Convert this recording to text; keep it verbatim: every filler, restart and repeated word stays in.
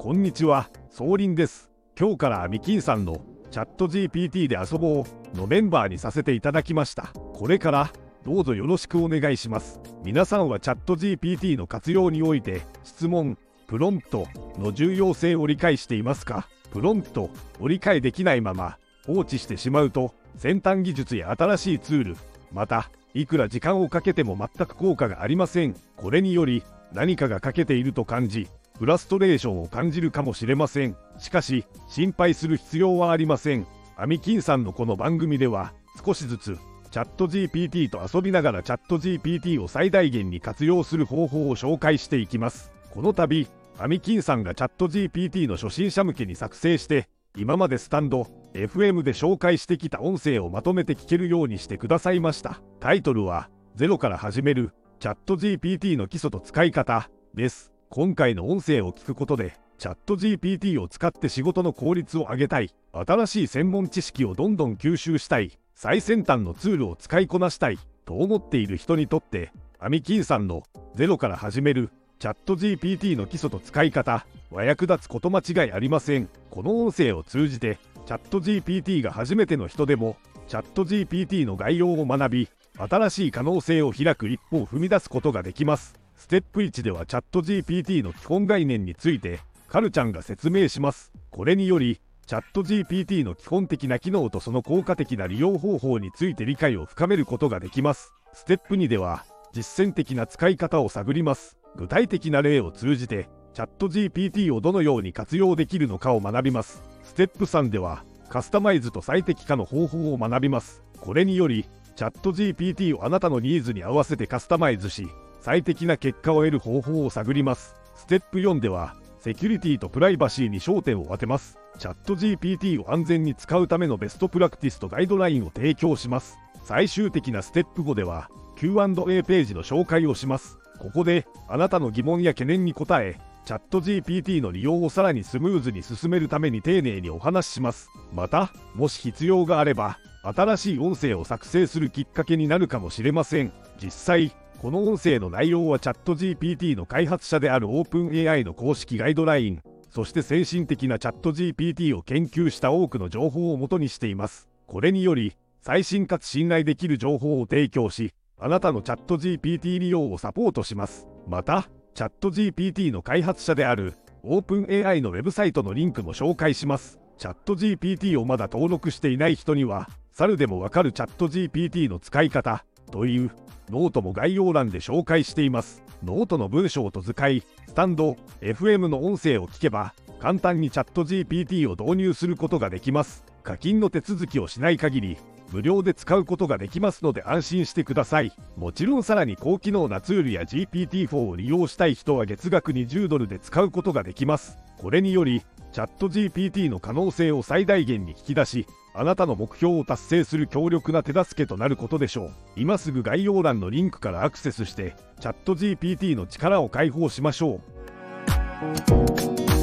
こんにちは、ソーリンです。今日からアミキンさんのチャット ジーピーティー で遊ぼうのメンバーにさせていただきました。これからどうぞよろしくお願いします。皆さんはチャット ジーピーティー の活用において質問、プロンプトの重要性を理解していますか？プロンプトを理解できないまま放置してしまうと、先端技術や新しいツール、またいくら時間をかけても全く効果がありません。これにより何かが欠けていると感じ、フラストレーションを感じるかもしれません。しかし心配する必要はありません。アミキンさんのこの番組では少しずつチャット ジーピーティー と遊びながらチャット ジーピーティー を最大限に活用する方法を紹介していきます。この度アミキンさんがチャット ジーピーティー の初心者向けに作成して、今までスタンド エフエム で紹介してきた音声をまとめて聞けるようにしてくださいました。タイトルはゼロから始めるチャット ジーピーティー の基礎と使い方です。今回の音声を聞くことでチャット ジーピーティー を使って仕事の効率を上げたい、新しい専門知識をどんどん吸収したい、最先端のツールを使いこなしたいと思っている人にとって、アミキンさんのゼロから始めるチャット ジーピーティー の基礎と使い方は役立つこと間違いありません。この音声を通じてチャット ジーピーティー が初めての人でもチャット ジーピーティー の概要を学び、新しい可能性を開く一歩を踏み出すことができます。ステップいちではチャット ジーピーティー の基本概念についてカルちゃんが説明します。これによりチャット ジーピーティー の基本的な機能とその効果的な利用方法について理解を深めることができます。ステップにでは実践的な使い方を探ります。具体的な例を通じてチャット ジーピーティー をどのように活用できるのかを学びます。ステップさんではカスタマイズと最適化の方法を学びます。これによりチャット ジーピーティー をあなたのニーズに合わせてカスタマイズし、最適な結果を得る方法を探ります。ステップよんではセキュリティとプライバシーに焦点を当てます。チャット ジーピーティー を安全に使うためのベストプラクティスとガイドラインを提供します。最終的なステップごでは キューアンドエー ページの紹介をします。ここであなたの疑問や懸念に答え、チャット ジーピーティー の利用をさらにスムーズに進めるために丁寧にお話しします。また、もし必要があれば新しい音声を作成するきっかけになるかもしれません。実際この音声の内容はチャット ジーピーティー の開発者である オープンエーアイ の公式ガイドライン、そして先進的なチャット ジーピーティー を研究した多くの情報を元にしています。これにより最新かつ信頼できる情報を提供し、あなたのチャット ジーピーティー 利用をサポートします。また、チャット ジーピーティー の開発者である オープンエーアイ のウェブサイトのリンクも紹介します。チャット ジーピーティー をまだ登録していない人には、猿でもわかるチャット ジーピーティー の使い方というノートも概要欄で紹介しています。ノートの文章と図解、スタンド エフエム の音声を聞けば簡単にチャット ジーピーティー を導入することができます。課金の手続きをしない限り無料で使うことができますので安心してください。もちろんさらに高機能なツールや ジーピーティーフォー を利用したい人は月額にじゅうドルで使うことができます。これによりチャット ジーピーティー の可能性を最大限に引き出し、あなたの目標を達成する強力な手助けとなることでしょう。今すぐ概要欄のリンクからアクセスしてチャット ジーピーティー の力を解放しましょう。